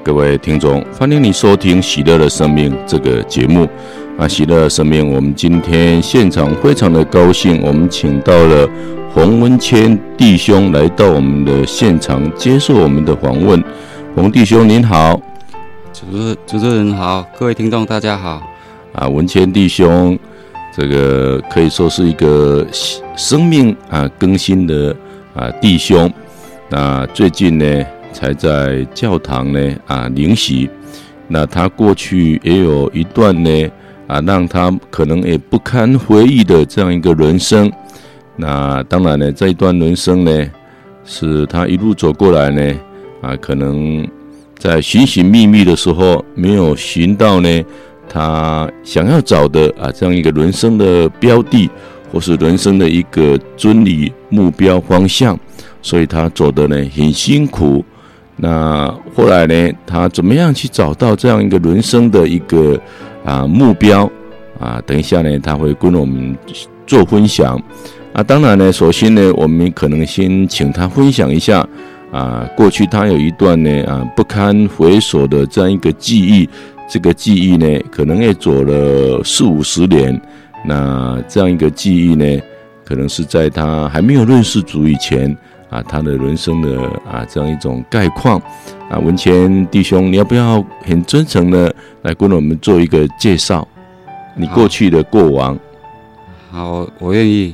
各位听众，欢迎你收听《喜乐的生命》这个节目。喜乐的生命，我们今天现场非常的高兴，我们请到了洪文谦弟兄来到我们的现场接受我们的访问。洪弟兄您好。 主持人好，各位听众大家好。 文谦弟兄，这个可以说是一个生命更新的弟兄。那最近呢，才在教堂呢灵洗。那他过去也有一段呢让他可能也不堪回忆的这样一个人生。那当然呢，这一段人生呢，是他一路走过来呢可能在寻寻觅觅的时候没有寻到呢他想要找的这样一个人生的标的，或是人生的一个真理目标方向，所以他走的呢很辛苦。那后来呢，他怎么样去找到这样一个人生的一个目标等一下呢他会跟我们做分享当然呢，首先呢，我们可能先请他分享一下过去他有一段呢不堪回首的这样一个记忆。这个记忆呢，可能也走了40-50年。那这样一个记忆呢，可能是在他还没有认识主以前他的人生的这样一种概况。文谦弟兄，你要不要很真诚的来跟我们做一个介绍，你过去的过往？ 好，我愿意。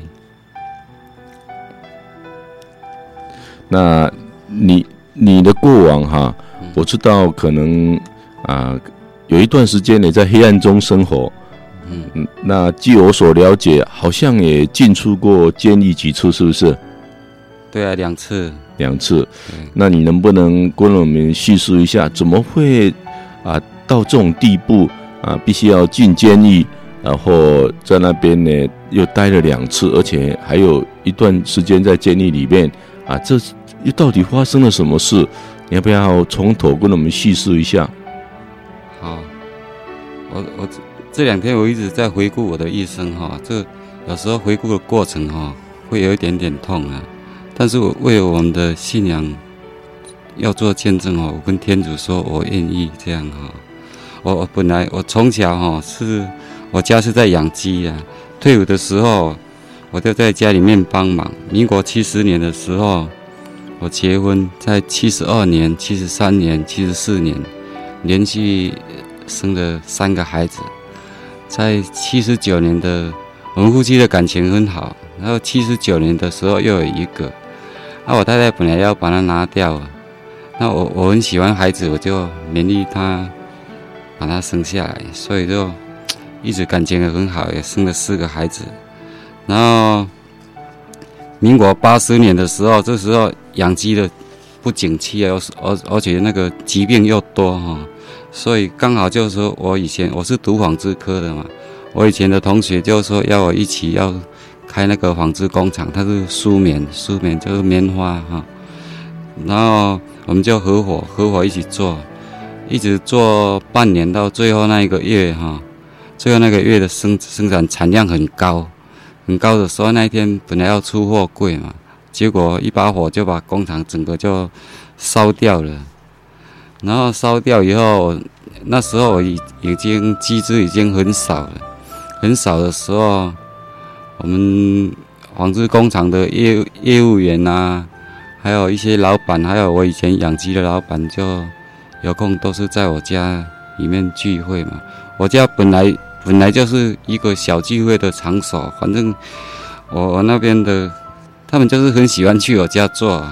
那你的过往我知道可能有一段时间你在黑暗中生活。那据我所了解，好像也进出过监狱几次，是不是？ 对啊，2次。 2次。那你能不能跟我们叙述一下，怎么会到这种地步必须要进监狱，然后在那边呢又待了2次，而且还有一段时间在监狱里面这又到底发生了什么事？你要不要从头跟我们叙述一下？ 好，我这2天我一直在回顾我的一生这有时候回顾的过程会有一点点痛但是我为了我们的信仰要做见证我跟天主说我愿意这样我本来我从小我家是在养鸡退伍的时候我就在家里面帮忙。民国70年的时候我结婚，在72年、73年、74年连续生了3个孩子。在79年的我们夫妻的感情很好，然后79年的时候又有一个我太太本来要把它拿掉了，那我很喜欢孩子，我就勉励她把它生下来，所以就一直感情很好，也生了4个孩子。然后民国80年的时候，这时候养鸡的不景气而且那个疾病又多所以刚好就是说我是读纺织科的嘛，我以前的同学就说要我一起要开那个纺织工厂，它是梳棉就是棉花然后我们就合伙一起做，一直做半年，到最后那个月的生产产量很高的时候，那一天本来要出货柜嘛，结果一把火就把工厂整个就烧掉了。然后烧掉以后，那时候我已经鸡只已经很少的时候，我们纺织工厂的业务员还有一些老板，还有我以前养鸡的老板，就有空都是在我家里面聚会嘛。我家本来就是一个小聚会的场所，反正我那边的他们就是很喜欢去我家做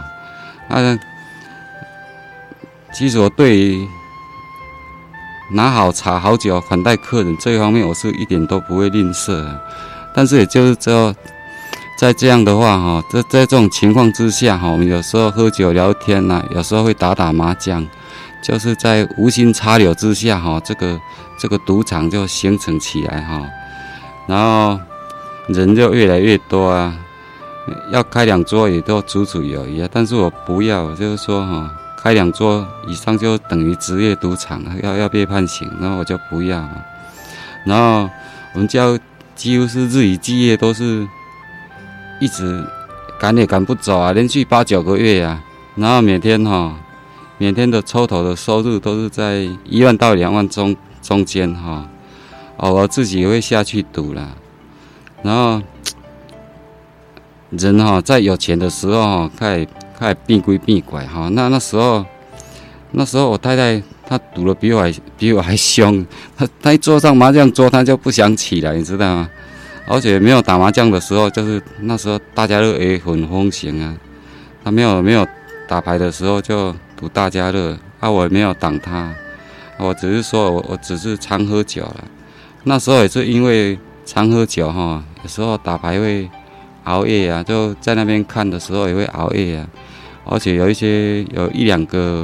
其实我对于拿好茶好酒款待客人这一方面，我是一点都不会吝啬但是也就是说，在这样的话在这种情况之下我们有时候喝酒聊天有时候会打麻将，就是在无心插柳之下这个赌场就形成起来然后人就越来越多要开2桌也都足足有余但是我不要，就是说开2桌以上就等于职业赌场，要被判刑，然后我就不要然后我们家几乎是日以继夜都是一直赶也赶不走连续8-9个月然后每天每天的抽头的收入都是在1万到2万中间哈，偶尔自己也会下去赌啦。然后人哈在有钱的时候哈，开始变鬼变怪哈。那时候我太太她赌的比我还凶，她一坐上麻将桌她就不想起来，你知道吗？而且没有打麻将的时候，就是那时候大家乐也很风行啊。她没有打牌的时候就赌大家乐啊，我也没有挡他，我只是说我只是常喝酒了。那时候也是因为常喝酒哈，有时候打牌会熬夜啊，就在那边看的时候也会熬夜啊。而且有一两个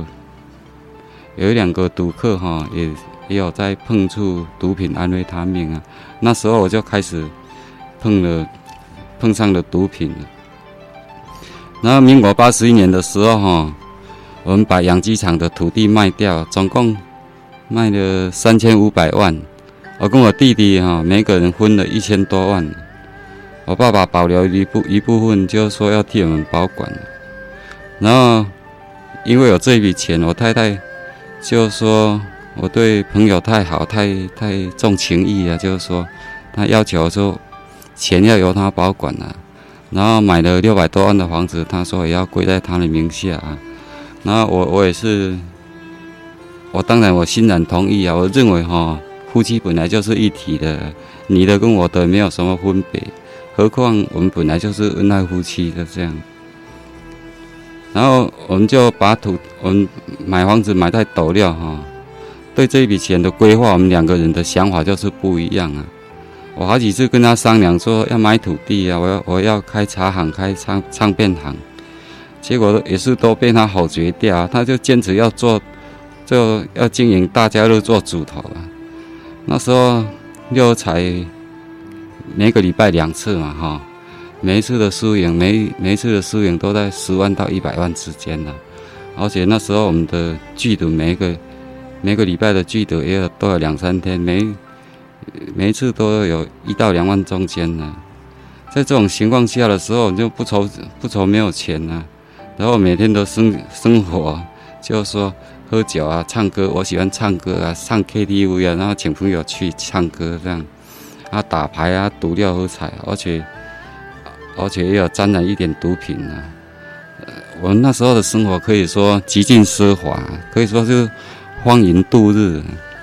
赌客哈，也有在碰触毒品安非他命啊。那时候我就开始碰上了毒品了。然后民国81年的时候哈，我们把养鸡场的土地卖掉，总共卖了3500万。我跟我弟弟哈，每个人分了1000多万。我爸爸保留一部分，就是说要替我们保管。然后因为有这一笔钱，我太太就说我对朋友太好，太重情义了，就是说她要求说钱要由她保管啊。然后买了600多万的房子，她说也要归在她的名下啊。然后我也是，当然我欣然同意啊。我认为哈，夫妻本来就是一体的，你的跟我的没有什么分别，何况我们本来就是恩爱夫妻的这样。然后我们就把我们买房子买在斗六哈，对这一笔钱的规划，我们2个人的想法就是不一样啊。我好几次跟他商量说要买土地啊，我要开茶行、开唱片行，结果也是都被他否决掉啊。他就坚持要经营大家乐做主头啊。那时候六合彩每个礼拜2次嘛哈，每一次的输赢都在10万到100万之间呢。而且那时候我们的聚赌每个礼拜的聚赌都有2-3天，每一次都有1到2万中间呢。在这种情况下的时候，你就不愁没有钱啊。然后每天的生活就是说喝酒啊、唱歌，我喜欢唱歌啊，上 KTV 啊，然后请朋友去唱歌这样啊，打牌啊，赌六合彩，而且也有沾染一点毒品啊。我们那时候的生活可以说极尽奢华，可以说是荒淫度日。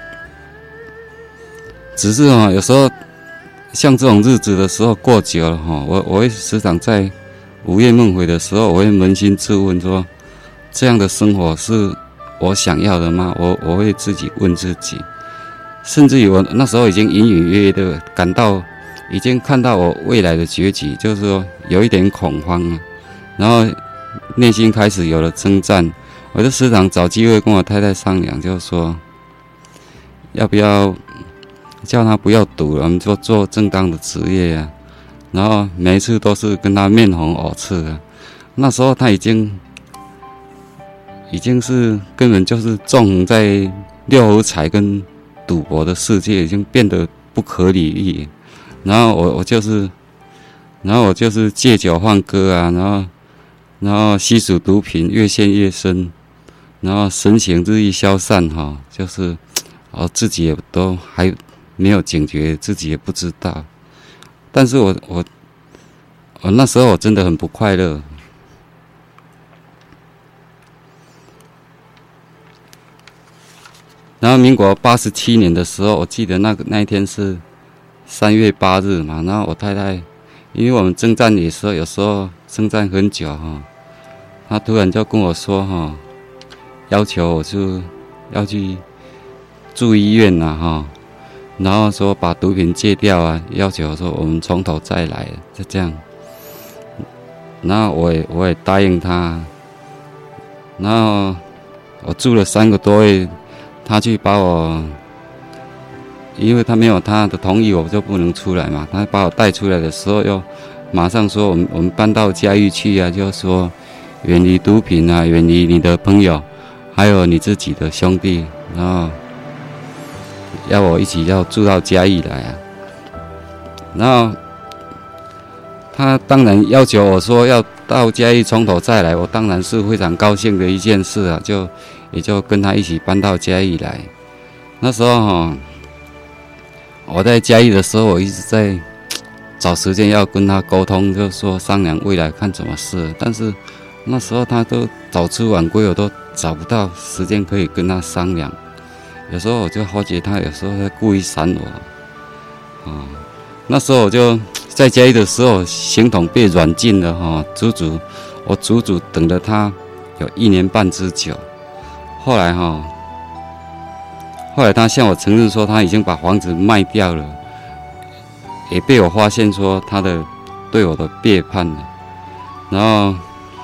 只是有时候像这种日子的时候过久了我会时常在午夜梦回的时候，我会扪心自问说，这样的生活是我想要的吗？我会自己问自己，甚至于我那时候已经隐隐约约的感到，已经看到我未来的结局，就是说有一点恐慌了，然后内心开始有了征战。我就时常找机会跟我太太商量，就是说要不要叫他不要赌了，我们就做正当的职业啊。然后每一次都是跟他面红耳赤啊。那时候他已经是根本就是纵在六合彩跟赌博的世界，已经变得不可理喻。然后我就是借酒放歌啊，然后吸食毒品越陷越深，然后神情日益消散就是自己也都还没有警觉，自己也不知道。但是我那时候我真的很不快乐。然后民国87年的时候，我记得那一天是3月8日嘛，然后我太太，因为我们征战的时候，有时候征战很久她突然就跟我说要求我要去住医院然后说把毒品戒掉啊，要求说我们从头再来，就这样。然后我也答应他，然后我住了3个多月，他去把我，因为他没有他的同意，我就不能出来嘛。他把我带出来的时候，又马上说我们搬到嘉义去啊，就说远离毒品啊，远离你的朋友，还有你自己的兄弟，然后要我一起要住到嘉义来啊。然后他当然要求我说要到嘉义从头再来，我当然是非常高兴的一件事啊，也就跟他一起搬到嘉义来。那时候哈，我在嘉义的时候，我一直在找时间要跟他沟通，就说商量未来看怎么事。但是那时候他都早出晚归，我都找不到时间可以跟他商量。有时候我就发觉他有时候在故意闪我，那时候我就在嘉义的时候，形同被软禁了哈，我足足等了他有1年半之久。后来他向我承认说他已经把房子卖掉了，也被我发现说他对我的背叛了。然后，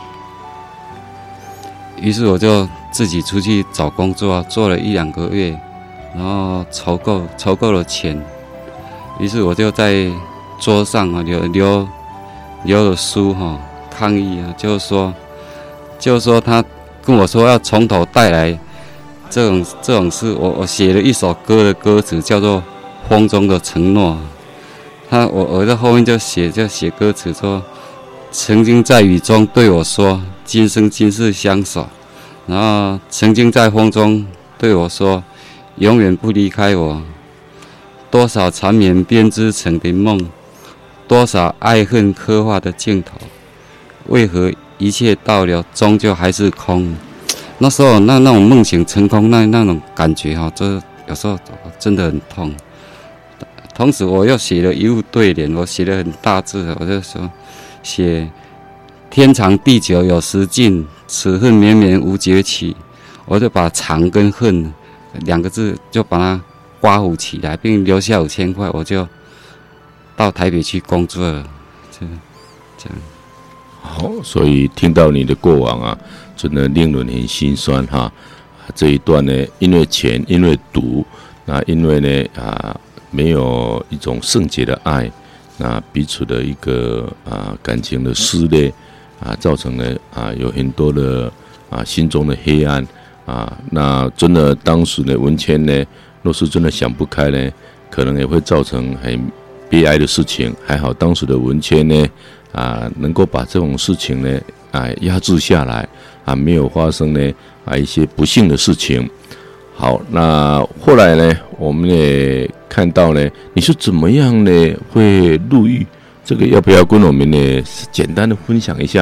于是我就自己出去找工作，做了1、2个月，然后筹够了钱，于是我就在桌上留了书抗议啊，就是说他跟我说要从头带来这种事，我写了一首歌的歌词叫做《风中的承诺》，我在后面就写歌词说，曾经在雨中对我说今生今世相守，然后曾经在风中对我说永远不离开我，多少缠绵编织成的梦，多少爱恨刻画的镜头，为何一切到了终究还是空？那时候那种梦醒成空那种感觉这有时候真的很痛。同时我又写了一副对联，我写得很大字，我就说写天长地久有时尽，此恨绵绵无绝期。我就把长跟恨2个字就把它刮胡起来，并留下5000块，我就到台北去工作了。这样。 好，所以听到你的过往啊，真的令人很心酸哈。这一段呢，因为钱，因为赌，那因为呢没有一种圣洁的爱，那彼此的一个感情的撕裂造成了有很多的心中的黑暗那真的当时的文谦呢，若是真的想不开呢，可能也会造成很悲哀的事情。还好当时的文谦呢能够把这种事情呢压制下来没有发生呢一些不幸的事情。好，那后来呢，我们也看到呢，你是怎么样呢会入狱？这个要不要跟我们呢简单的分享一下？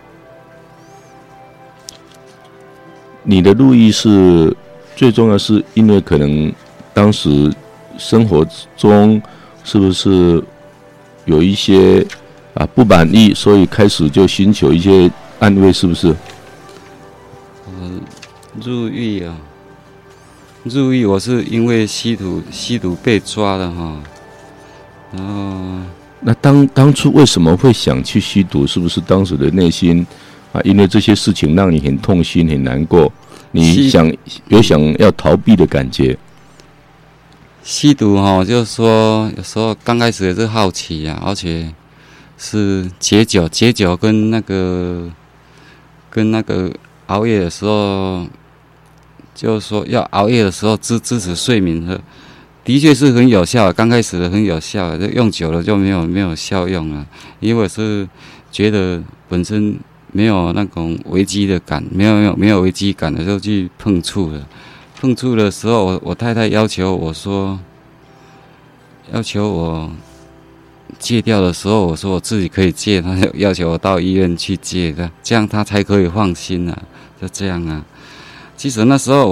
你的入狱是最重要，是因为可能当时生活中是不是有一些不满意，所以开始就寻求一些安慰，是不是？入狱我是因为吸毒被抓的然后那当初为什么会想去吸毒？是不是当时的内心因为这些事情让你很痛心很难过，你想要逃避的感觉？吸毒就是说有时候刚开始也是好奇而且是解酒跟那个熬夜的时候，就是说要熬夜的时候支持睡眠的确是很有效，刚开始的很有效，用久了就没有效用了。因为我是觉得本身没有那种危机的感，没有危机感的就去碰触了。碰触的时候，我太太要求我戒掉的时候，我说我自己可以戒，她要求我到医院去戒的，这样她才可以放心就这样其实那时候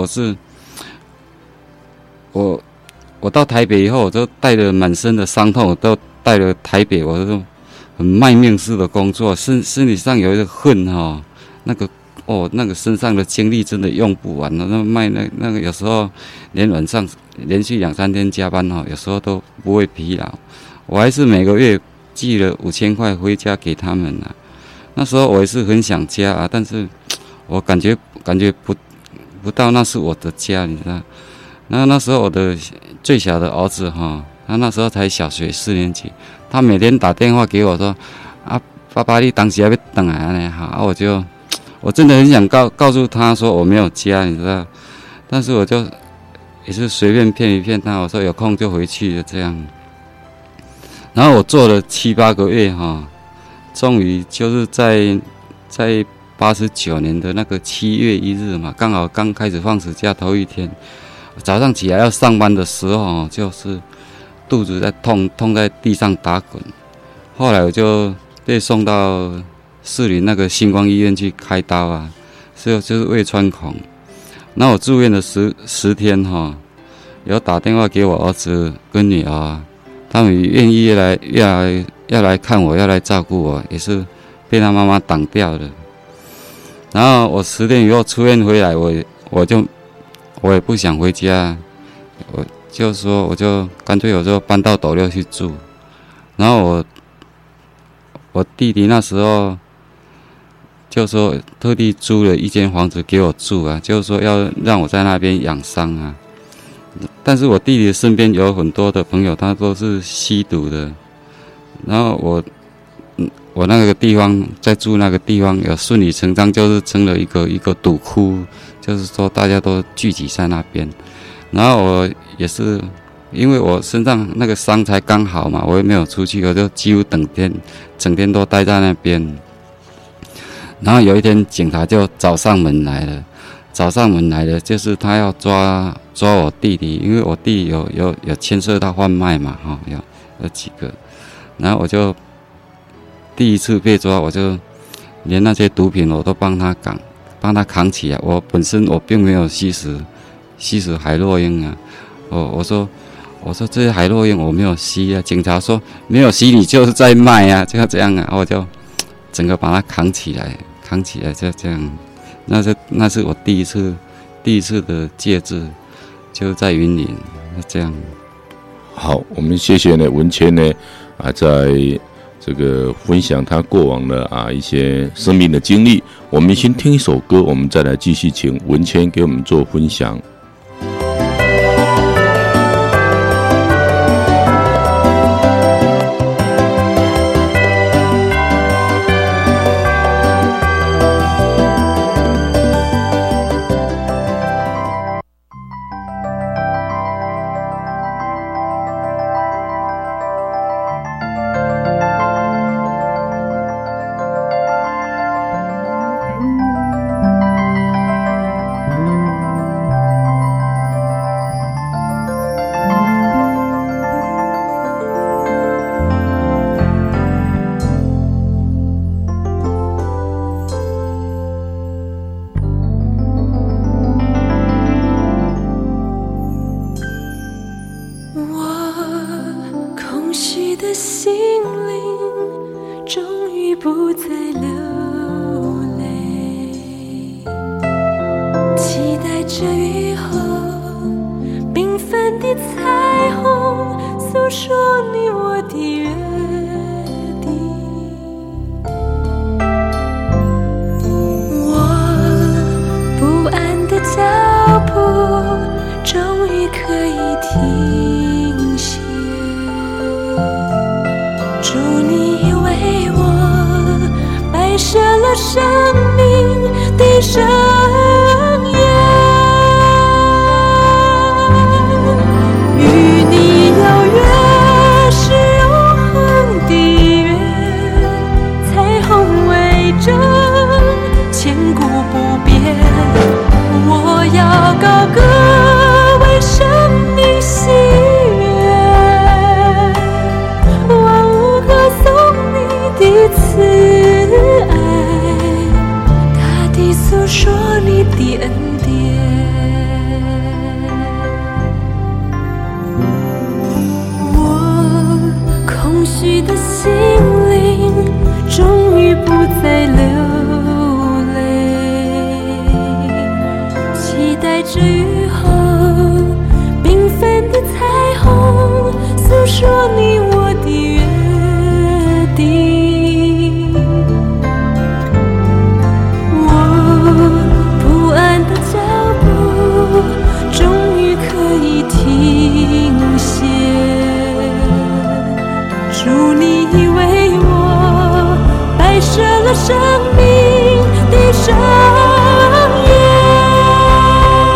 我到台北以后，我就带着满身的伤痛，我都带了台北，我就很卖命式的工作，身体上有一个恨那个身上的精力真的用不完了。那个有时候连晚上连续2、3天加班有时候都不会疲劳。我还是每个月寄了5000块回家给他们那时候我也是很想家但是我感觉不到那是我的家，你知道。那时候我的最小的儿子他那时候才小学4年级，他每天打电话给我说爸爸你当时要回来我真的很想告诉他说我没有家，你知道。但是我就也是随便骗一骗他，我说有空就回去了这样。然后我做了7、8个月终于就是在89年的那个7月1日嘛，刚好刚开始放暑假头一天，早上起来要上班的时候，就是肚子在痛在地上打滚。后来我就被送到士林那个星光医院去开刀啊，就是胃穿孔。那我住院的10天有打电话给我儿子跟女儿，他们愿意要来看我，要来照顾我，也是被他妈妈挡掉了。然后我10天以后出院回来，我也不想回家，我就干脆我就搬到斗六去住。然后我弟弟那时候就说特地租了一间房子给我住啊，就是说要让我在那边养伤啊。但是我弟弟身边有很多的朋友，他都是吸毒的。然后我那个地方在住那个地方，有顺理成章就是成了一个赌窟，就是说大家都聚集在那边。然后我也是因为我身上那个伤才刚好嘛，我也没有出去，我就几乎整天都待在那边。然后有一天警察就找上门来了，就是他要抓我弟弟，因为我弟有牵涉到贩卖嘛，有几个。然后我就第一次被抓，我就连那些毒品我都帮他扛起来。我本身并没有吸食海洛因啊，我说这些海洛因我没有吸啊。警察说没有吸你就是在卖啊，就这样啊，我就整个把它扛起来就这样。那是我第一次的戒治，就在云林，这样。 好，我们谢谢呢文谦呢在这个分享他过往的一些生命的经历。我们先听一首歌，我们再来继续请文谦给我们做分享。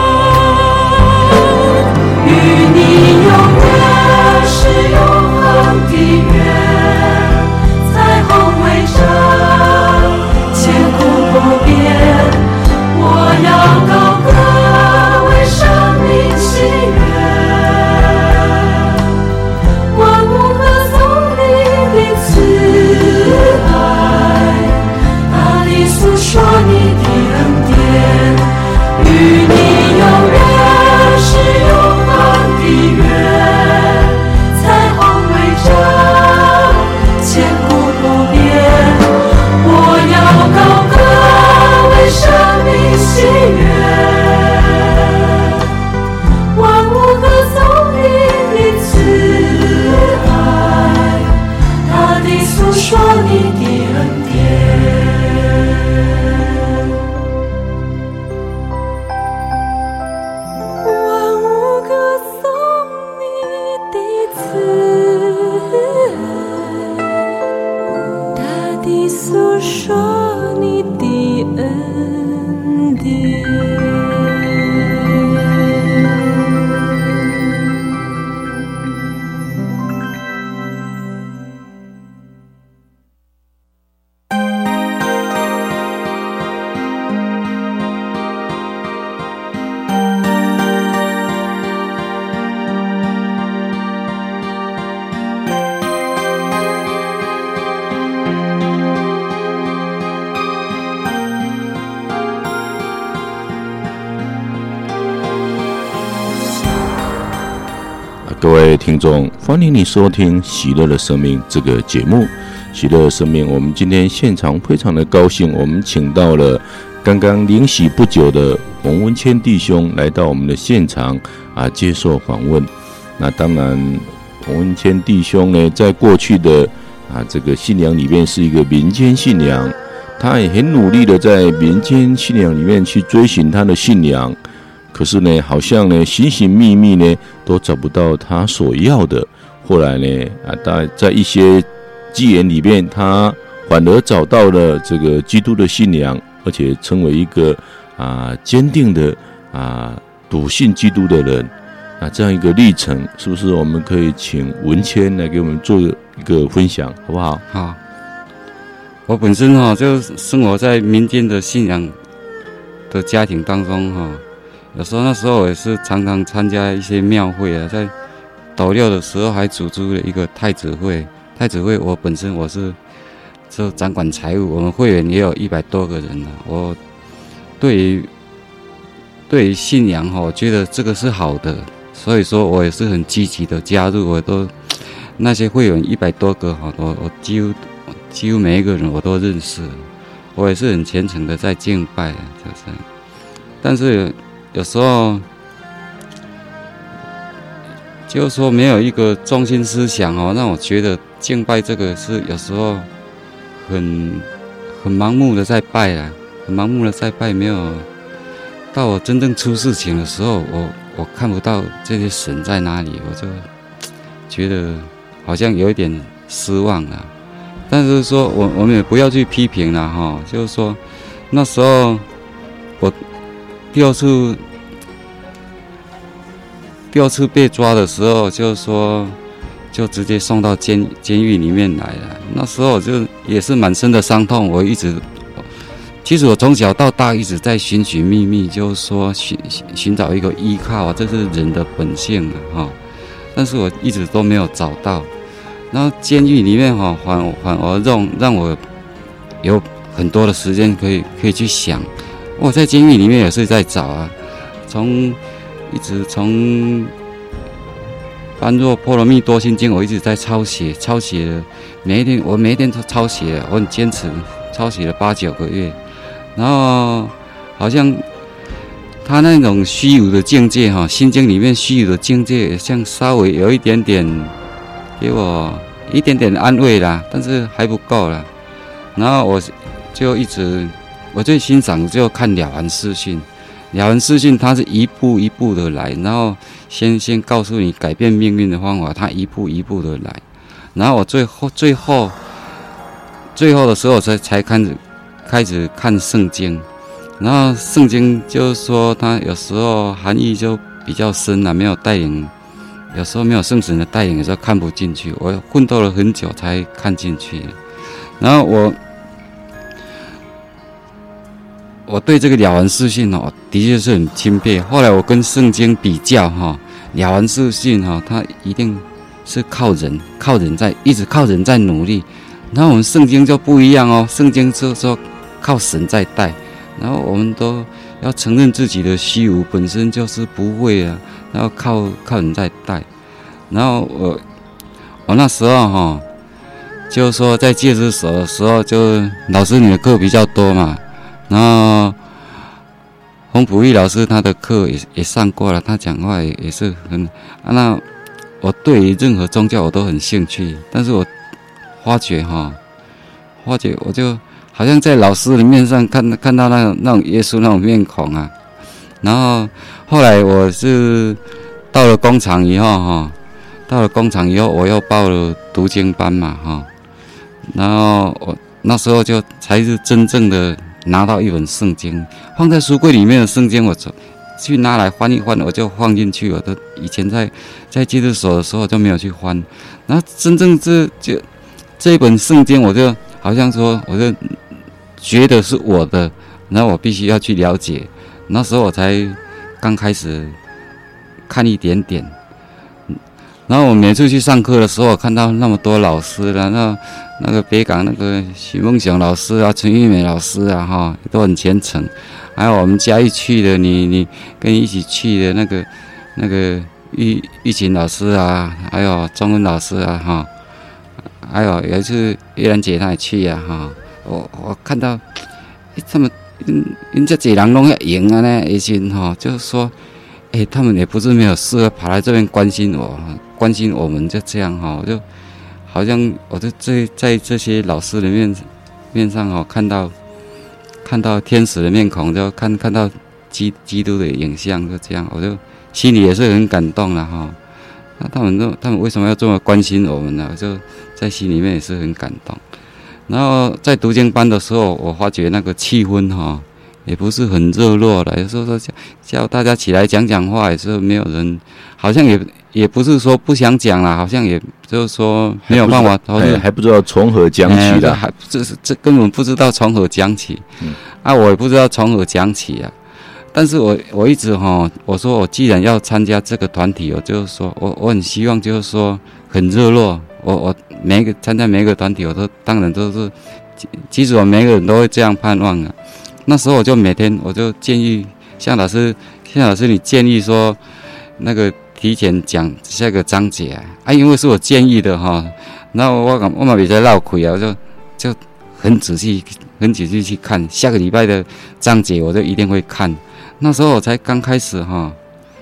与你永远是永恒各位听众，欢迎你收听《喜乐的生命》这个节目。喜乐的生命，我们今天现场非常的高兴，我们请到了刚刚领洗不久的洪文谦弟兄来到我们的现场接受访问。那当然，洪文谦弟兄呢，在过去的这个信仰里面是一个民间信仰，他也很努力的在民间信仰里面去追寻他的信仰。可是呢，好像呢，寻寻觅觅呢，都找不到他所要的。后来呢，在一些机缘里面，他反而找到了这个基督的信仰，而且成为一个坚定的笃信基督的人。这样一个历程，是不是我们可以请文谦来给我们做一个分享，好不好？ 好，我本身就生活在民间的信仰的家庭当中有时候那时候我也是常常参加一些庙会在斗六的时候还组织了一个太子会。太子会我本身我是就掌管财务，我们会员也有100多个人我对于信仰我觉得这个是好的，所以说我也是很积极的加入。我都那些会员100多个我几乎每一个人我都认识，我也是很虔诚的在敬拜就是。但是有时候就是说没有一个中心思想让我觉得敬拜这个是有时候很盲目的在拜很盲目的在拜，没有到我真正出事情的时候，我看不到这些神在哪里，我就觉得好像有一点失望了。但是说我们也不要去批评了就是说那时候我第二次被抓的时候，就是说就直接送到监狱里面来了。那时候就也是满身的伤痛，其实我从小到大一直在寻寻觅觅，就是说寻找一个依靠这是人的本性但是我一直都没有找到。然后监狱里面反而让我有很多的时间可以去想。我在监狱里面也是在找一直从般若波罗蜜多心经，我一直在抄写每一天都抄写，我很坚持抄写了8、9个月。然后好像他那种虚无的境界心经里面虚无的境界，也像稍微有一点点给我一点点安慰啦，但是还不够啦。然后我最欣赏就看了凡四训。了凡四训它是一步一步的来，然后先告诉你改变命运的方法，它一步一步的来。然后我最后的时候才开始看圣经。然后圣经就是说它有时候含义就比较深没有带领，有时候没有圣神的带领，有时候看不进去。我奋斗了很久才看进去。然后我对这个了凡四训的确是很钦佩。后来我跟圣经比较了凡四训它一定是靠人一直靠人在努力。然后我们圣经就不一样圣经就说靠神在带，然后我们都要承认自己的虚无，本身就是不会然后靠人在带。然后我那时候就是说在戒指所的时候，就老师你的课比较多嘛。然后洪普义老师他的课也上过了，他讲话也是很那我对于任何宗教我都很兴趣，但是我发觉我就好像在老师的面上看到那种耶稣那种面孔然后后来我是到了工厂以后我又报了读经班嘛然后我那时候就才是真正的拿到一本圣经，放在书柜里面的圣经，我去拿来翻一翻，我就放进去。我都以前在戒律所的时候就没有去翻，然后真正这一本圣经，我就好像说，我就觉得是我的，然后我必须要去了解。那时候我才刚开始看一点点。然后我每次去上课的时候，我看到那么多老师了，那个北港那个许梦雄老师啊，陈玉美老师啊，都很虔诚。还有我们嘉义去的，你跟你一起去的那个玉琴老师啊，还有中文老师啊哈，还有一次叶兰姐她也去啊哈，我看到他们这几人拢要赢啊呢，以前哈就是说，他们也不是没有事，跑来这边关心我们就这样哈，就好像我就在这些老师的面上哈看到天使的面孔，就看到基督的影像，就这样，我就心里也是很感动了哈。那他们为什么要这么关心我们呢？我就在心里面也是很感动。然后在读经班的时候，我发觉那个气氛哈，也不是很热络的。有时候说叫大家起来讲讲话，也是没有人，好像也不是说不想讲啦，好像也就是说没有办法， 还不知道从何讲起的， 这根本不知道从何讲起。我也不知道从何讲起啊。但是我一直我说我既然要参加这个团体，我就是说我很希望就是说很热络。我参加每一个团体，我都当然都是，其实我每个人都会这样盼望啊。那时候我就每天我就建议向老师你建议说那个提前讲下个章节因为是我建议的哈，然后我嘛别再绕开啊，就很仔细去看下个礼拜的章节，我就一定会看。那时候我才刚开始哈，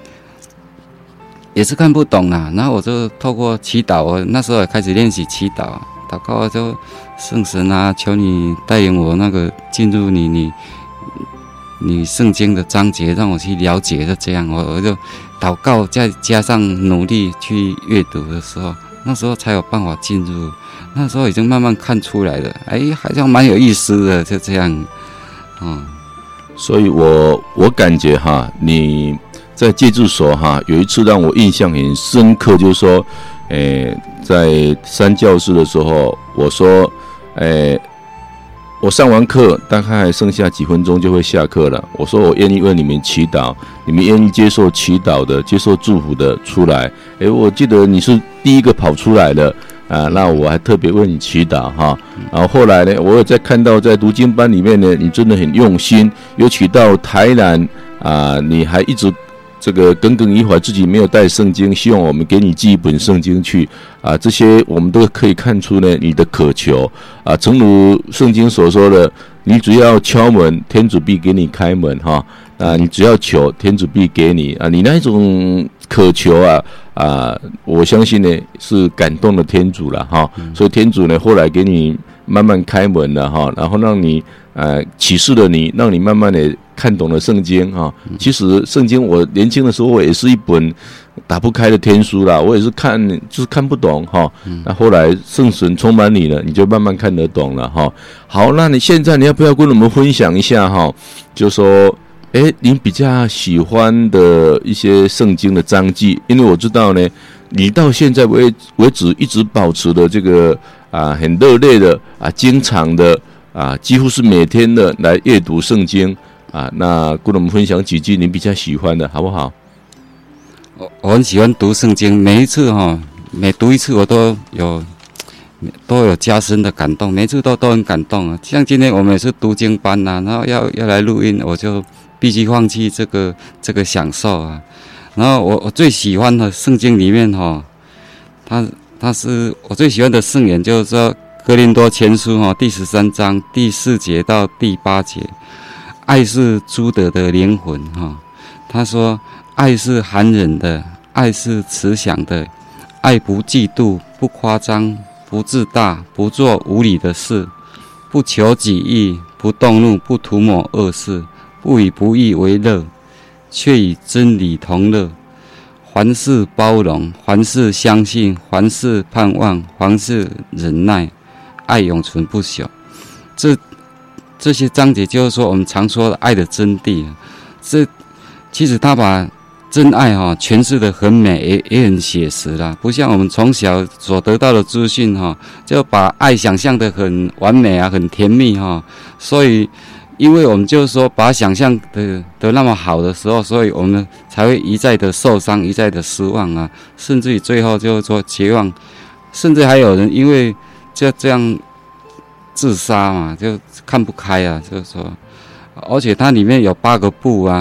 也是看不懂啦。然后我就透过祈祷，我那时候也开始练习祈祷，祷告就圣神啊，求你带领我那个进入你圣经的章节，让我去了解。就这样，我就祷告，再加上努力去阅读的时候，那时候才有办法进入。那时候已经慢慢看出来了，好像蛮有意思的，就这样， 所以我感觉哈，你在戒治所哈，有一次让我印象很深刻，就是说，在三教室的时候，我说，我上完课大概还剩下几分钟就会下课了。我说我愿意为你们祈祷，你们愿意接受祈祷的、接受祝福的出来。我记得你是第一个跑出来的那我还特别为你祈祷哈。然后后来呢，我有在看到在读经班里面呢，你真的很用心，尤其到台南你还一直这个耿耿于怀，自己没有带圣经，希望我们给你寄一本圣经去这些我们都可以看出呢你的渴求诚如圣经所说的，你只要敲门，天主必给你开门哈你只要求，天主必给你你那一种渴求我相信呢是感动了天主了哈所以天主呢后来给你慢慢开门了哈，然后让你启示了你，让你慢慢的看懂了圣经其实圣经我年轻的时候我也是一本打不开的天书啦，我也是就是看不懂那后来圣神充满你了，你就慢慢看得懂了好，那你现在你要不要跟我们分享一下就说您比较喜欢的一些圣经的章纪？因为我知道呢，你到现在为止一直保持的这个很热烈的经常的几乎是每天的来阅读圣经那跟我们分享几句你比较喜欢的好不好？ 我很喜欢读圣经，每一次每读一次我都有加深的感动，每一次都很感动像今天我们也是读经班然后要来录音，我就必须放弃这个享受然后我最喜欢的圣经里面它是我最喜欢的圣言，就是说哥林多前书第13章第4节到第8节，爱是主德的灵魂他说爱是含忍的，爱是慈祥的，爱不嫉妒，不夸张，不自大，不做无理的事，不求己意，不动怒，不涂抹恶事，不以不义为乐，却以真理同乐。凡事包容，凡事相信，凡事盼望，凡事忍耐，爱永存不朽。这些章节就是说我们常说的爱的真谛其实他把真爱诠释得很美，也很写实啦，不像我们从小所得到的资讯就把爱想象得很完美很甜蜜所以因为我们就是说把它想象的那么好的时候，所以我们才会一再的受伤，一再的失望甚至于最后就是说绝望，甚至还有人因为这样自杀就看不开就是说，而且它里面有8个不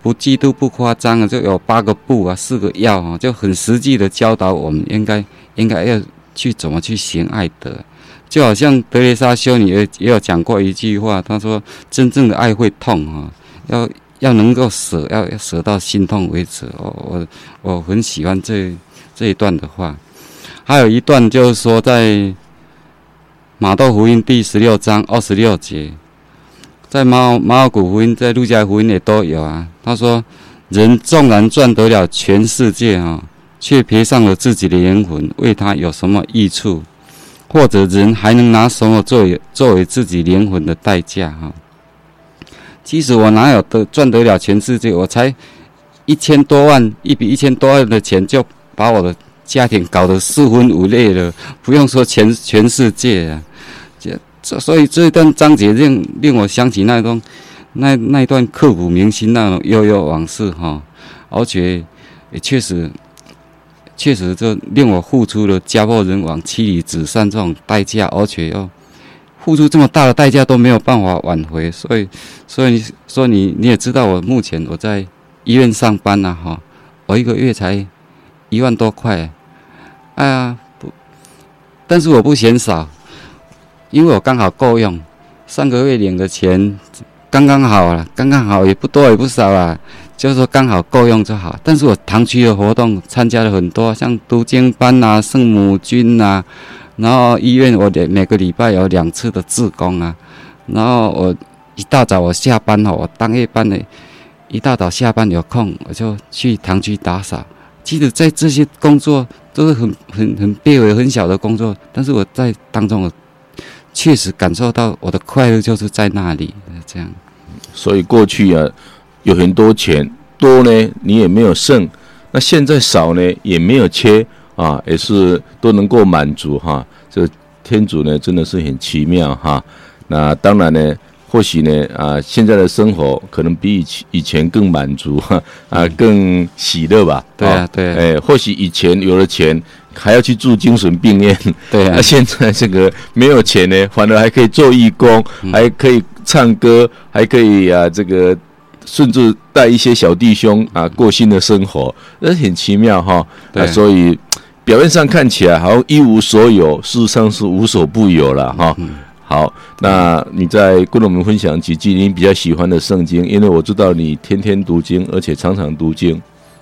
不嫉妒不夸张啊，就有8个不啊，4个要啊，就很实际的教导我们应该要去怎么去行爱德。就好像德蕾莎修女也有讲过一句话，她说真正的爱会痛啊，要能够舍，要舍到心痛为止。我很喜欢这一段的话。还有一段就是说在马窦福音第16章26节，在马尔谷福音、在路加福音也都有啊。他说：“人纵然赚得了全世界啊，却赔上了自己的灵魂，为他有什么益处？或者人还能拿什么作为自己灵魂的代价？哈，其实我哪有赚得了全世界？我才1000多万，一笔1000多万的钱就把我的家庭搞得四分五裂了，不用说全世界啊。所以这一段章节令我想起那一段刻骨铭心那种悠悠往事哈，而且也确实就令我付出了家破人亡、妻离子散这种代价，而且要付出这么大的代价都没有办法挽回。所以说你也知道，我目前我在医院上班啊哈，我一个月才1万多块，哎呀但是我不嫌少，因为我刚好够用，上个月领的钱刚刚好了，刚刚好也不多也不少啦，就是说刚好够用就好。但是我堂区的活动参加了很多，像读经班啊、圣母军啊，然后医院我每个礼拜有2次的志工啊，然后我一大早我下班我当夜班的，一大早下班有空我就去堂区打扫。其实在这些工作都是很卑微、很小的工作，但是我在当中我确实感受到我的快乐就是在那里，这样。 所以过去啊，有很多钱多呢，你也没有剩；那现在少呢，也没有缺啊，也是都能够满足哈。这天主呢，真的是很奇妙哈。那当然呢，或许呢现在的生活可能比以前更满足更喜乐吧。 对啊，对啊。 或许以前有了钱还要去住精神病院， 对啊。 现在这个没有钱呢，反而还可以做义工，还可以唱歌，还可以这个甚至带一些小弟兄过新的生活，那很奇妙哈。所以表面上看起来好像一无所有，事实上是无所不有了哈。好，那你再跟我们分享几句你比较喜欢的圣经，因为我知道你天天读经，而且常常读经。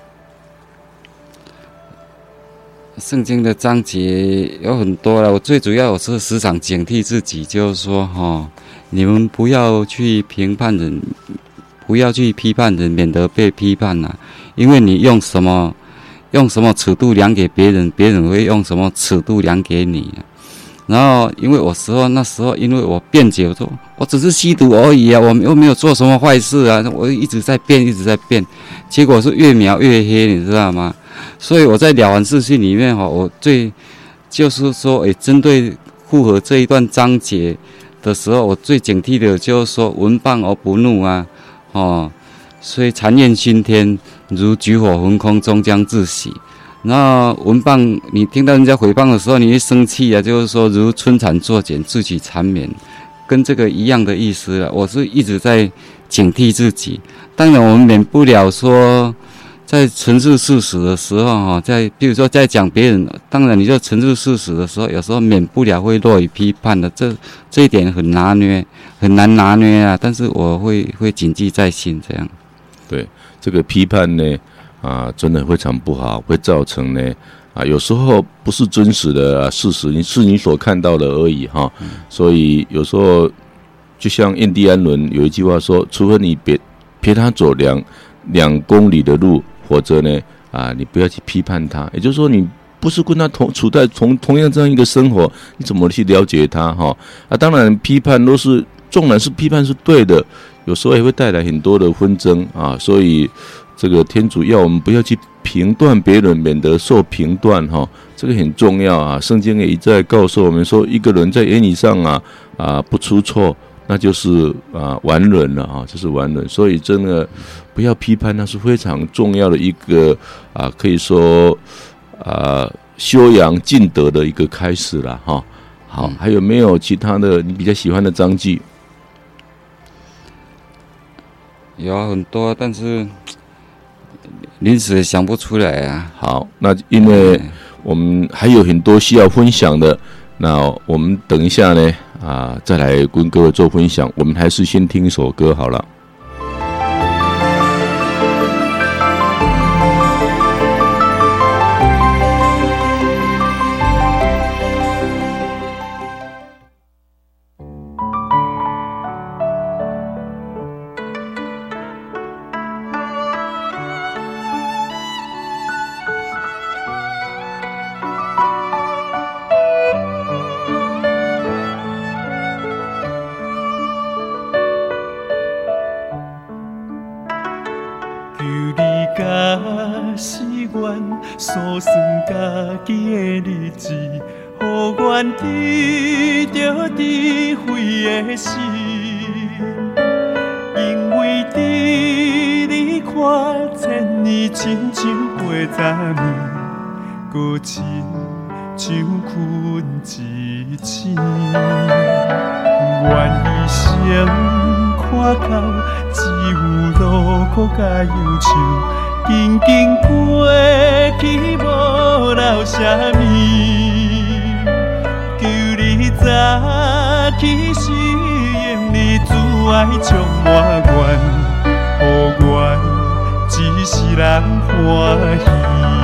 圣经的章节有很多了，我最主要我是时常警惕自己，就是说你们不要去评判人，不要去批判人，免得被批判啊。因为你用什么尺度量给别人，别人会用什么尺度量给你啊。然后因为那时候因为我辩解，我说我只是吸毒而已啊，我又没有做什么坏事啊，我一直在辩，结果是越描越黑，你知道吗？所以我在了凡四训里面我就是说针对符合这一段章节的时候，我最警惕的就是说闻谤而不怒啊，所以谗言熏天，如举火焚空，终将自洗。然后闻谤，你听到人家诽谤的时候，你会生气啊，就是说如春蚕作茧，自取缠绵，跟这个一样的意思了。我是一直在警惕自己。当然，我们免不了说，在陈述事实的时候比如说在讲别人，当然你就陈述事实的时候，有时候免不了会落于批判的，这一点很难拿捏啊。但是我会谨记在心，这样。 对，这个批判呢。真的非常不好，会造成呢有时候不是真实的事实，是你所看到的而已哈。所以有时候就像印第安人有一句话说，除非你陪他走2公里的路，或者呢你不要去批判他。也就是说，你不是跟他处在同样这样一个生活，你怎么去了解他哈？当然批判纵然是批判是对的，有时候也会带来很多的纷争所以。这个天主要我们不要去评断别人，免得受评断这个很重要圣经也一再告诉我们说，一个人在言语上不出错，那就是完人了就是完人。所以真的不要批判，那是非常重要的一个可以说修养尽德的一个开始了好，还有没有其他的你比较喜欢的章句？ 有很多，但是临时也想不出来啊。 好，那因为我们还有很多需要分享的，那我们等一下呢再来跟各位做分享。我们还是先听一首歌好了。 所算家己的日子，予阮得到智慧的心，因为伫你看千年亲像过十年，搁亲像困一醒。愿一生看到只有路苦甲忧愁。紧紧过去，无留啥物。求你早起时，用你慈爱充满愿，予阮一世人欢喜。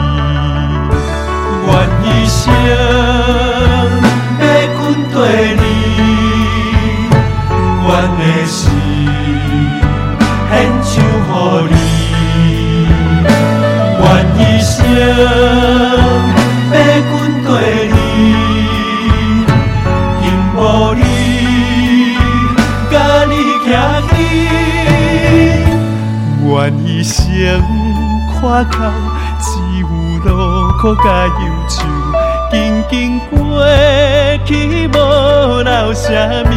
愿一生要跟对你，愿的心献上予你。愿一生要跟对你，因无你，甲你徛起。愿一生看到只有路苦甲忧愁，紧紧过去，无留啥物。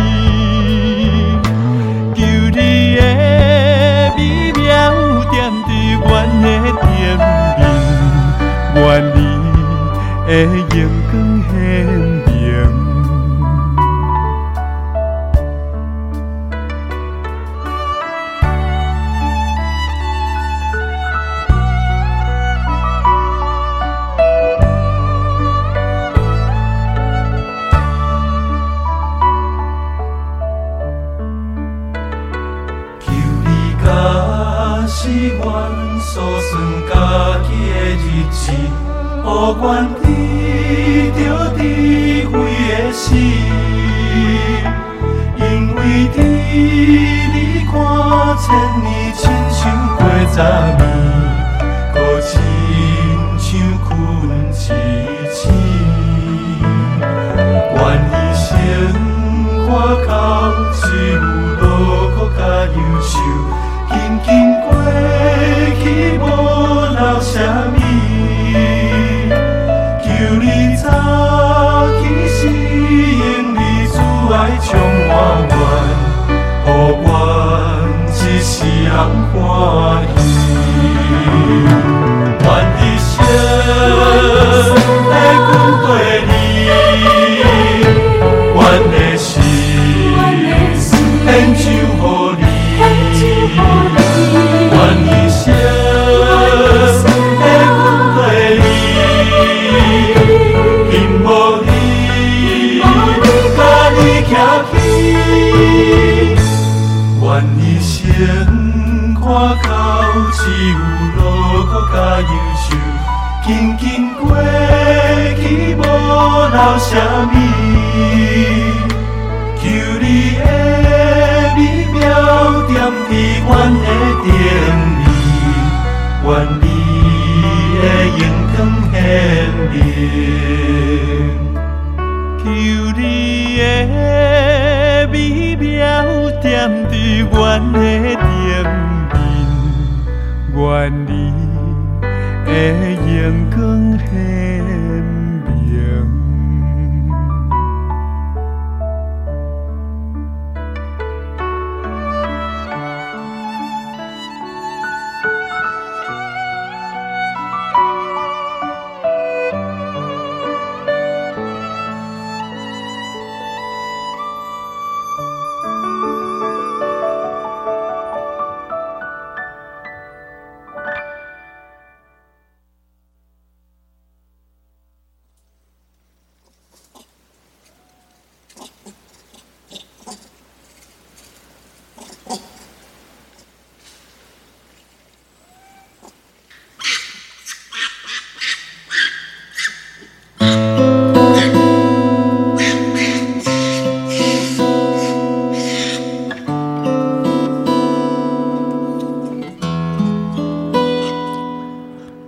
求你的美妙点伫阮的点面，愿你的阳光显明。所算家己的日子，予阮得到智慧的心，因为伫你看千年亲像过十年，搁亲像困一醒。愿一生看到只有路苦甲忧愁，紧紧过去无留啥物，求你早起时，用你慈爱充满愿，予阮一世人欢喜。愿一生要跟对你，愿的心献上予你。愿一生要跟对你，因无你，甲你徛起。愿一生看到只有路苦甲忧愁，紧紧过去无留啥物。求你的美妙点伫阮的点面，愿你的阳光显明。求你的美妙点伫阮的点面，愿你的阳光显明。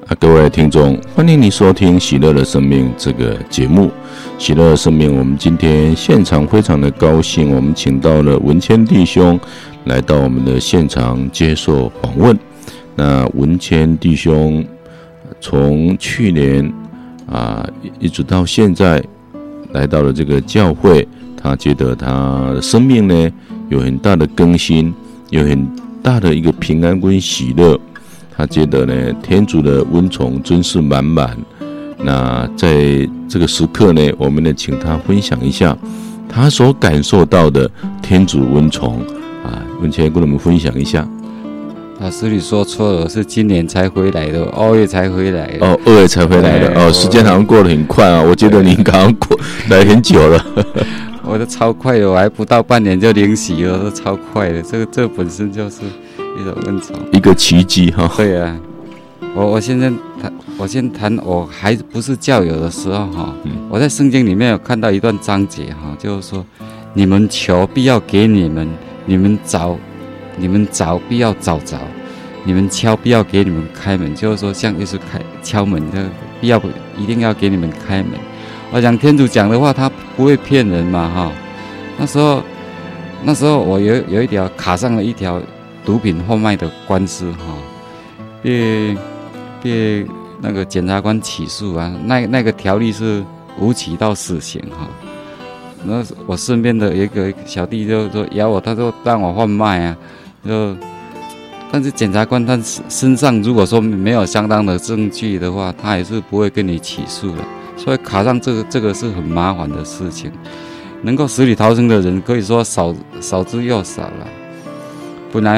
各位听众，欢迎你收听《喜乐的生命》这个节目。喜乐的生命，我们今天现场非常的高兴，我们请到了文谦弟兄来到我们的现场接受访问。那文谦弟兄从去年一直到现在来到了这个教会，他觉得他的生命呢有很大的更新，有很大的一个平安跟喜乐。他觉得呢，天主的恩宠真是满满。那在这个时刻呢，我们呢请他分享一下他所感受到的天主恩宠文谦跟我们分享一下。 老师你说错了，是今年才回来的，2月才回来的。 2月才回来的时间好像过得很快啊！我觉得你刚刚来很久了。 我的超快的，我还不到半年就领洗了，都超快的。这本身就是一种恩宠， 一个奇迹哈。 对啊，我先谈我还不是教友的时候哈，我在圣经里面有看到一段章节哈，就是说你们求必要给你们，你们找必要找着，你们敲必要给你们开门。就是说像耶稣敲门的，一定要给你们开门。我讲天主讲的话，他不会骗人嘛哈。那时候我有一条卡上了一条毒品贩卖的官司哈，被那个检察官起诉啊，那个条例是无期到死刑哈。那我身边的一个小弟就说咬我，他说让我贩卖啊，但是检察官他身上如果说没有相当的证据的话，他也是不会跟你起诉的。所以卡上这个是很麻烦的事情，能够死里逃生的人可以说少之又少了。本来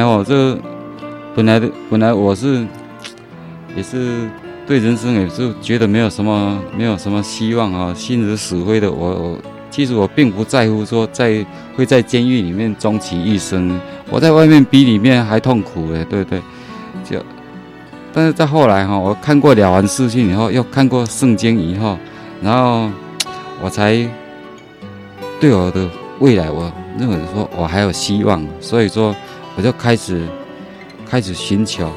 我也是对人生也是觉得没有什么希望啊，心如死灰的。其实我并不在乎说会在监狱里面终其一生，我在外面比里面还痛苦嘞，对不对？但是在后来我看过《了凡四训》以后，又看过圣经以后，然后我才对我的未来，我认为说我还有希望，所以说我就开始寻求，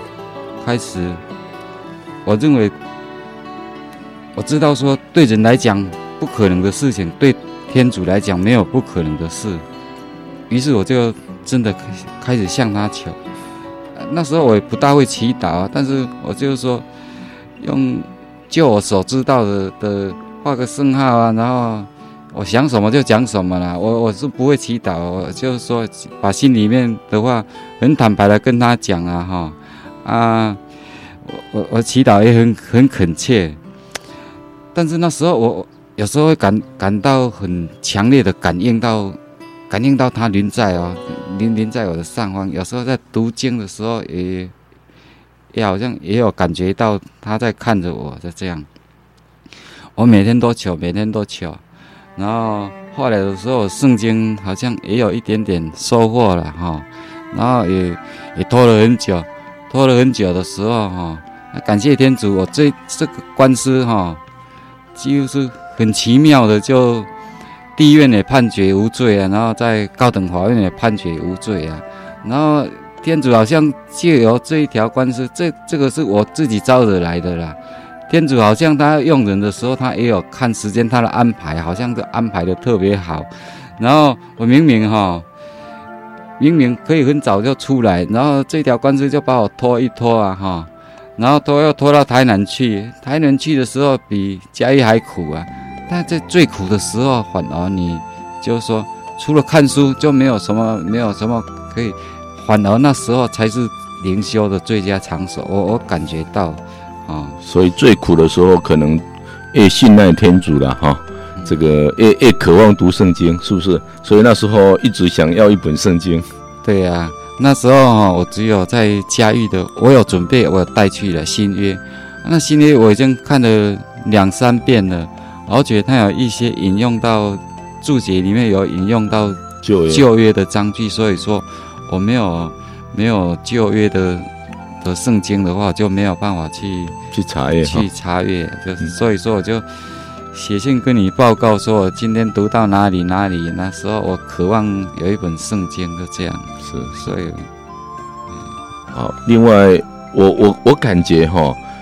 我认为我知道说对人来讲不可能的事情，对天主来讲没有不可能的事，于是我就真的开始向他求。那时候我也不大会祈祷但是我就是说就我所知道的画个圣号啊，然后我想什么就讲什么啦。我是不会祈祷，我就是说把心里面的话很坦白的跟他讲我祈祷也很恳切。但是那时候我有时候会感到很强烈的感应到他临在我的上方。有时候在读经的时候也好像也有感觉到他在看着我，就这样。我每天都求，然后后来的时候圣经好像也有一点点收获了然后也拖了很久的时候感谢天主，我这个官司几乎是很奇妙的，就地院也判决无罪啊，然后在高等法院也判决无罪啊，然后天主好像借由这一条官司，这个是我自己招惹来的啦。天主好像他用人的时候，他也有看时间，他的安排好像是安排的特别好。然后我明明可以很早就出来，然后这条官司就把我拖一拖然后拖到台南去。台南去的时候比嘉义还苦啊，但在最苦的时候，反而你就是说，除了看书就没有什么可以，反而那时候才是灵修的最佳场所。我感觉到所以最苦的时候，可能越信赖天主了这个越渴望读圣经，是不是？所以那时候一直想要一本圣经。 对啊，那时候我只有在嘉义的，我有准备，我有带去了新约。那新约我已经看了2-3遍了，而且它有一些引用到注解里面有引用到旧约的章句，所以说我没有旧约的圣经的话，就没有办法去查阅，就是所以说我就写信跟你报告说，我今天读到哪里。那时候我渴望有一本圣经，就这样。是，所以好。另外，我感觉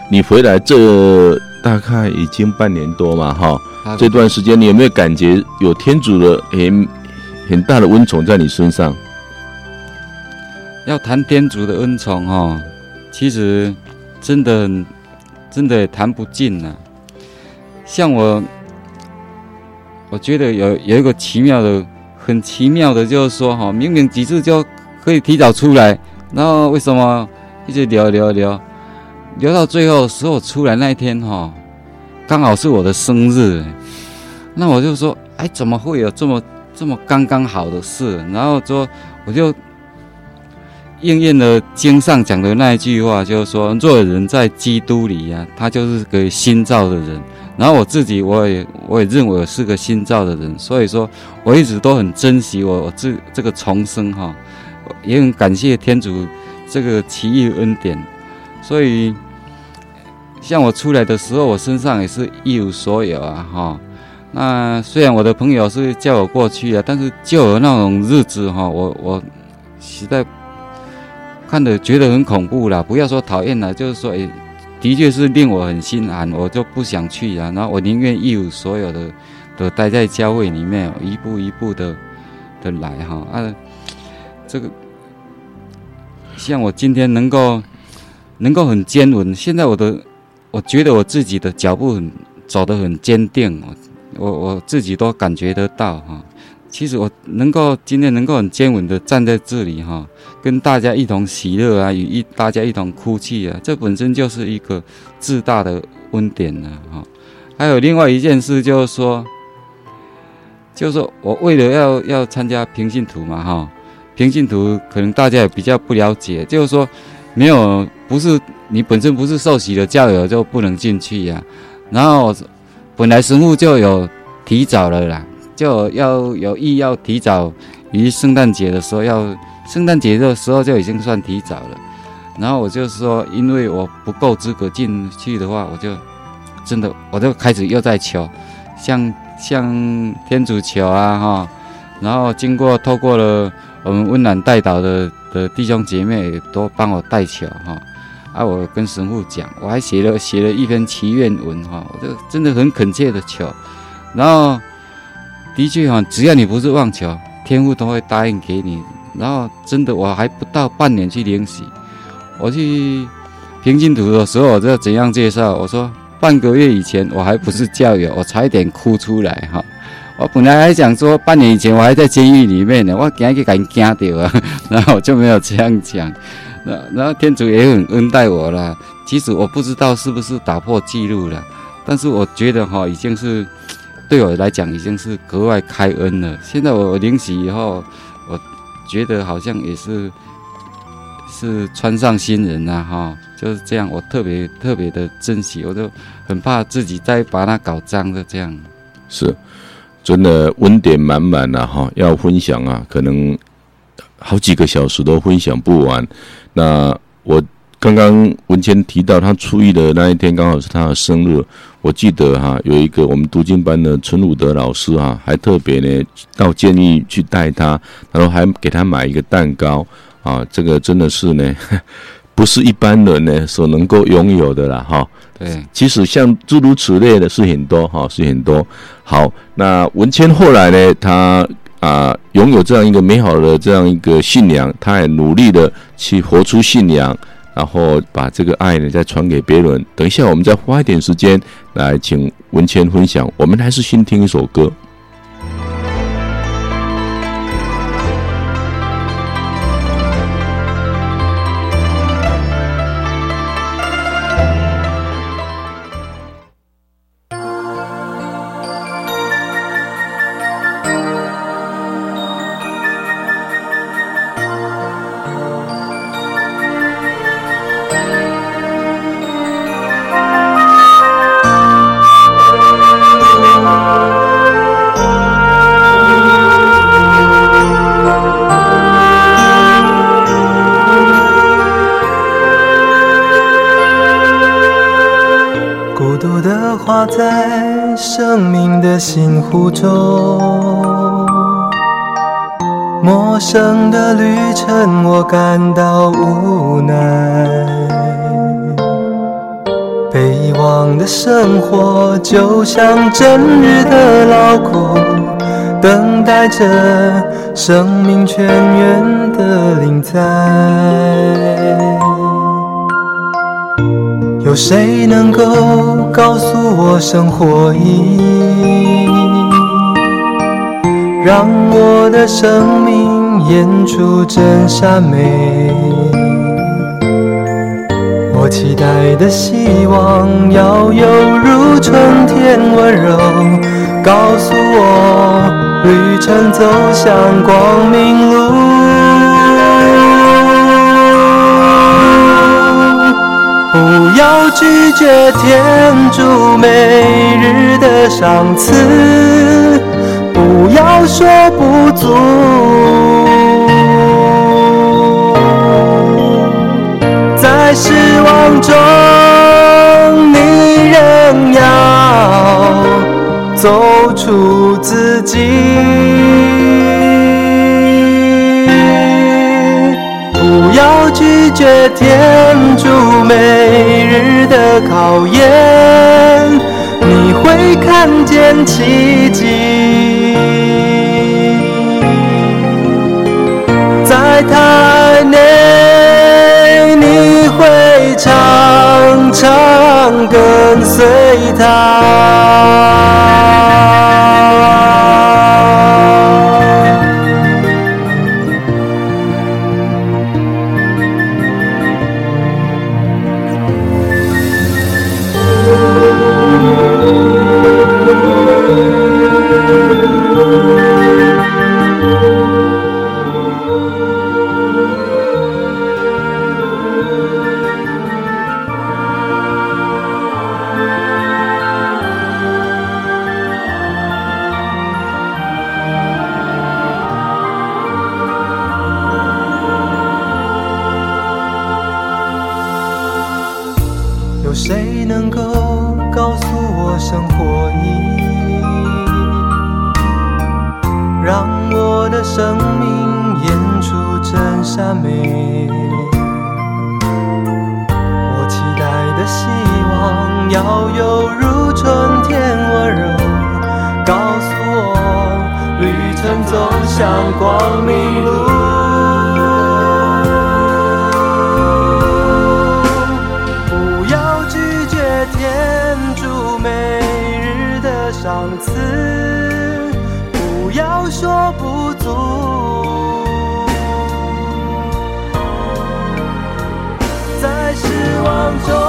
你回来这大概已经半年多嘛，哈，这段时间你有没有感觉有天主的很大的恩宠在你身上？ 要谈天主的恩宠哈，其实真的也谈不尽啊。像我觉得有一个很奇妙的，就是说哈，明明几次就可以提早出来，然后为什么一直聊到最后的时候出来那一天哈，刚好是我的生日，那我就说，哎，怎么会有这么刚刚好的事？然后说我就应验了经上讲的那一句话，就是说，若有人在基督里啊，他就是个新造的人。然后我自己我也认为我是个新造的人，所以说我一直都很珍惜我这个重生哈，也很感谢天主这个奇异恩典。所以像我出来的时候，我身上也是一无所有啊哈。那虽然我的朋友是叫我过去啊，但是就有那种日子哈，我实在看得觉得很恐怖啦，不要说讨厌啦，就是说的确是令我很心寒，我就不想去啊。然后我宁愿一无所有的待在教会里面，一步一步的来哈这个像我今天能够很坚稳，现在我觉得我自己的脚步走得很坚定，我自己都感觉得到哈。其实我今天能够很坚稳的站在这里哈，跟大家一同喜乐啊，与大家一同哭泣啊，这本身就是一个至大的恩典啊哈。还有另外一件事就是说我为了要参加平信徒嘛哈，平信徒可能大家也比较不了解，就是说不是你本身不是受洗的教友就不能进去呀。然后本来神父就有提早了啦。就有意要提早于圣诞节的时候就已经算提早了。然后我就说，因为我不够资格进去的话，我就开始又在求，向天主求啊哈。然后透过了我们温岚代祷的弟兄姐妹也都帮我代求哈。我跟神父讲，我还写了一篇祈愿文哈，我就真的很恳切的求，然后。的确哈，只要你不是妄求，天父都会答应给你。然后真的，我还不到半年去领洗，我去平信徒的时候，我就怎样介绍？我说半个月以前我还不是教友，我差一点哭出来哈。我本来还想说半年以前我还在监狱里面呢，我赶紧惊到啊，然后我就没有这样讲。然后天主也很恩待我啦。其实我不知道是不是打破记录了，但是我觉得哈，已经是。对我来讲已经是格外开恩了。现在我领洗以后，我觉得好像也是穿上新人啊哈，就是这样。我特别的珍惜，我就很怕自己再把它搞脏的这样。 是，真的恩典满满啊哈，要分享啊，可能好几个小时都分享不完。那我刚刚文谦提到他初一的那一天刚好是他的生日，我记得哈有一个我们读经班的陈武德老师哈，还特别呢到监狱去带他，然后还给他买一个蛋糕啊，这个真的是呢不是一般人呢所能够拥有的啦哈。 对， 其实像诸如此类的是很多哈，是很多。好，那文谦后来呢，他拥有这样一个美好的这样一个信仰，他也努力的去活出信仰。然后把这个爱呢再传给别人。等一下我们再花一点时间来请文谦分享，我们还是先听一首歌。 花在生命的心湖中，陌生的旅程我感到无奈， 被遗忘的生活就像整日的劳苦，等待着生命泉源的临在。有谁能够告诉我生活意义，让我的生命演出真善美？我期待的希望要犹如春天温柔，告诉我旅程走向光明路。不要拒绝天主每日的赏赐，不要说不足，在失望中你仍要走出自己。不要拒绝天主每日的考验，你会看见奇迹。在他爱内，你会常常跟随他。有谁能够告诉我生活意义，让我的生命演出真善美？我期待的希望要犹如春天温柔，告诉我旅程走向光明路。赏赐，不要说不足，在失望中